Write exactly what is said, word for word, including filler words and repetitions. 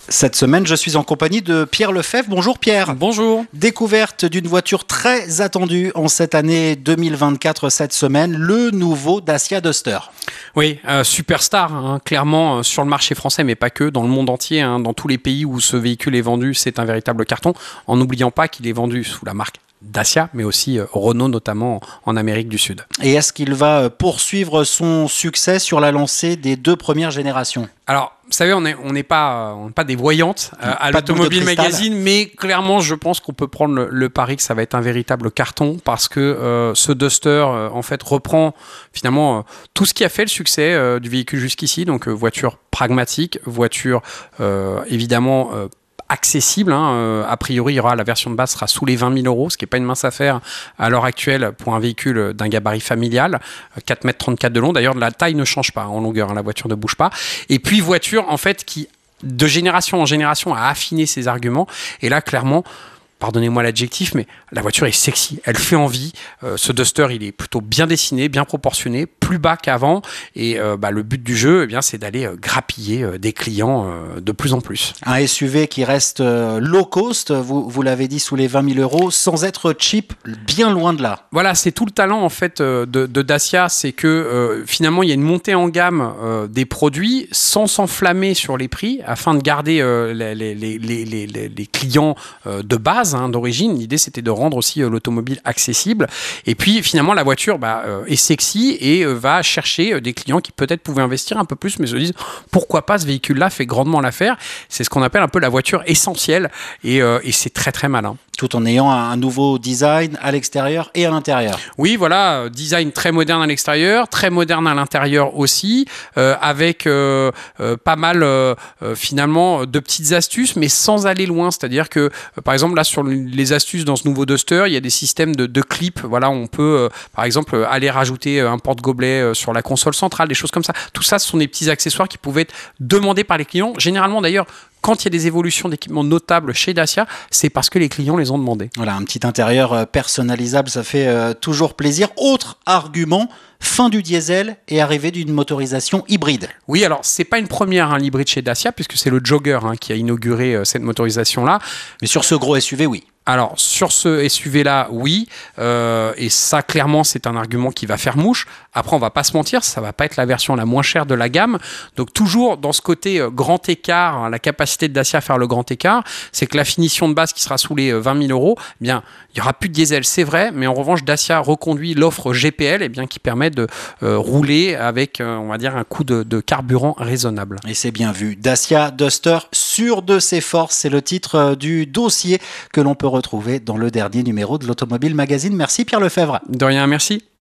Cette semaine, je suis en compagnie de Pierre Lefebvre. Bonjour Pierre. Bonjour. Découverte d'une voiture très attendue en cette année deux mille vingt-quatre, cette semaine, le nouveau Dacia Duster. Oui, euh, superstar, hein, clairement, euh, sur le marché français, mais pas que, dans le monde entier, hein, dans tous les pays où ce véhicule est vendu, c'est un véritable carton, en n'oubliant pas qu'il est vendu sous la marque Dacia, mais aussi euh, Renault, notamment en Amérique du Sud. Et est-ce qu'il va poursuivre son succès sur la lancée des deux premières générations ? Alors, vous savez, on n'est on n'est pas, on n'est pas des voyantes euh, à Pas de boule de l'Automobile cristal. Magazine, mais clairement, je pense qu'on peut prendre le, le pari que ça va être un véritable carton parce que euh, ce Duster, euh, en fait, reprend finalement euh, tout ce qui a fait le succès euh, du véhicule jusqu'ici. Donc, euh, voiture pragmatique, voiture euh, évidemment euh, accessible, hein. Euh, a priori, il y aura, la version de base sera sous les vingt mille euros, ce qui n'est pas une mince affaire à l'heure actuelle pour un véhicule d'un gabarit familial, quatre mètres trente-quatre de long. D'ailleurs, la taille ne change pas en longueur, hein, la voiture ne bouge pas. Et puis, voiture, en fait, qui, de génération en génération, a affiné ses arguments. Et là, clairement, pardonnez-moi l'adjectif, mais la voiture est sexy, elle fait envie. Euh, ce Duster, il est plutôt bien dessiné, bien proportionné, plus bas qu'avant. Et euh, bah, le but du jeu, eh bien, c'est d'aller euh, grappiller euh, des clients euh, de plus en plus. Un S U V qui reste euh, low cost, vous, vous l'avez dit, sous les vingt mille euros, sans être cheap, bien loin de là. Voilà, c'est tout le talent en fait euh, de, de Dacia, c'est que euh, finalement il y a une montée en gamme euh, des produits sans s'enflammer sur les prix, afin de garder euh, les, les, les, les, les, les clients euh, de base, hein, d'origine. L'idée c'était de rendre aussi euh, l'automobile accessible. Et puis finalement la voiture bah, euh, est sexy et euh, va chercher euh, des clients qui peut-être pouvaient investir un peu plus, mais se disent pourquoi pas, ce véhicule-là fait grandement l'affaire. C'est ce qu'on appelle un peu la voiture essentielle et, euh, et c'est très très malin. Tout en ayant un nouveau design à l'extérieur et à l'intérieur. Oui, voilà, euh, design très moderne à l'extérieur, très moderne à l'intérieur aussi, euh, avec euh, euh, pas mal euh, euh, finalement de petites astuces, mais sans aller loin. C'est-à-dire que, euh, par exemple, là sur les astuces dans ce nouveau Duster, il y a des systèmes de, de clips. Voilà, on peut, euh, par exemple, aller rajouter un porte-gobelet euh, sur la console centrale, des choses comme ça. Tout ça, ce sont des petits accessoires qui pouvaient être demandés par les clients. Généralement, d'ailleurs, quand il y a des évolutions d'équipements notables chez Dacia, c'est parce que les clients les ont demandés. Voilà, un petit intérieur personnalisable, ça fait euh, toujours plaisir. Autre argument, fin du diesel et arrivée d'une motorisation hybride. Oui, alors c'est pas une première, hein, l'hybride chez Dacia, puisque c'est le Jogger hein, qui a inauguré euh, cette motorisation-là. Mais sur ce gros S U V, oui. Alors, sur ce S U V-là, oui. Euh, et ça, clairement, c'est un argument qui va faire mouche. Après, on va pas se mentir, ça va pas être la version la moins chère de la gamme. Donc, toujours dans ce côté euh, grand écart, hein, la capacité de Dacia à faire le grand écart, c'est que la finition de base qui sera sous les euh, vingt mille euros, eh bien, il y aura plus de diesel, c'est vrai. Mais en revanche, Dacia reconduit l'offre G P L, eh bien, qui permet de euh, rouler avec, euh, on va dire, un coût de, de carburant raisonnable. Et c'est bien vu. Dacia Duster, sûr de ses forces, c'est le titre euh, du dossier que l'on peut retrouver dans le dernier numéro de l'Automobile Magazine. Merci Pierre Lefebvre. De rien, merci.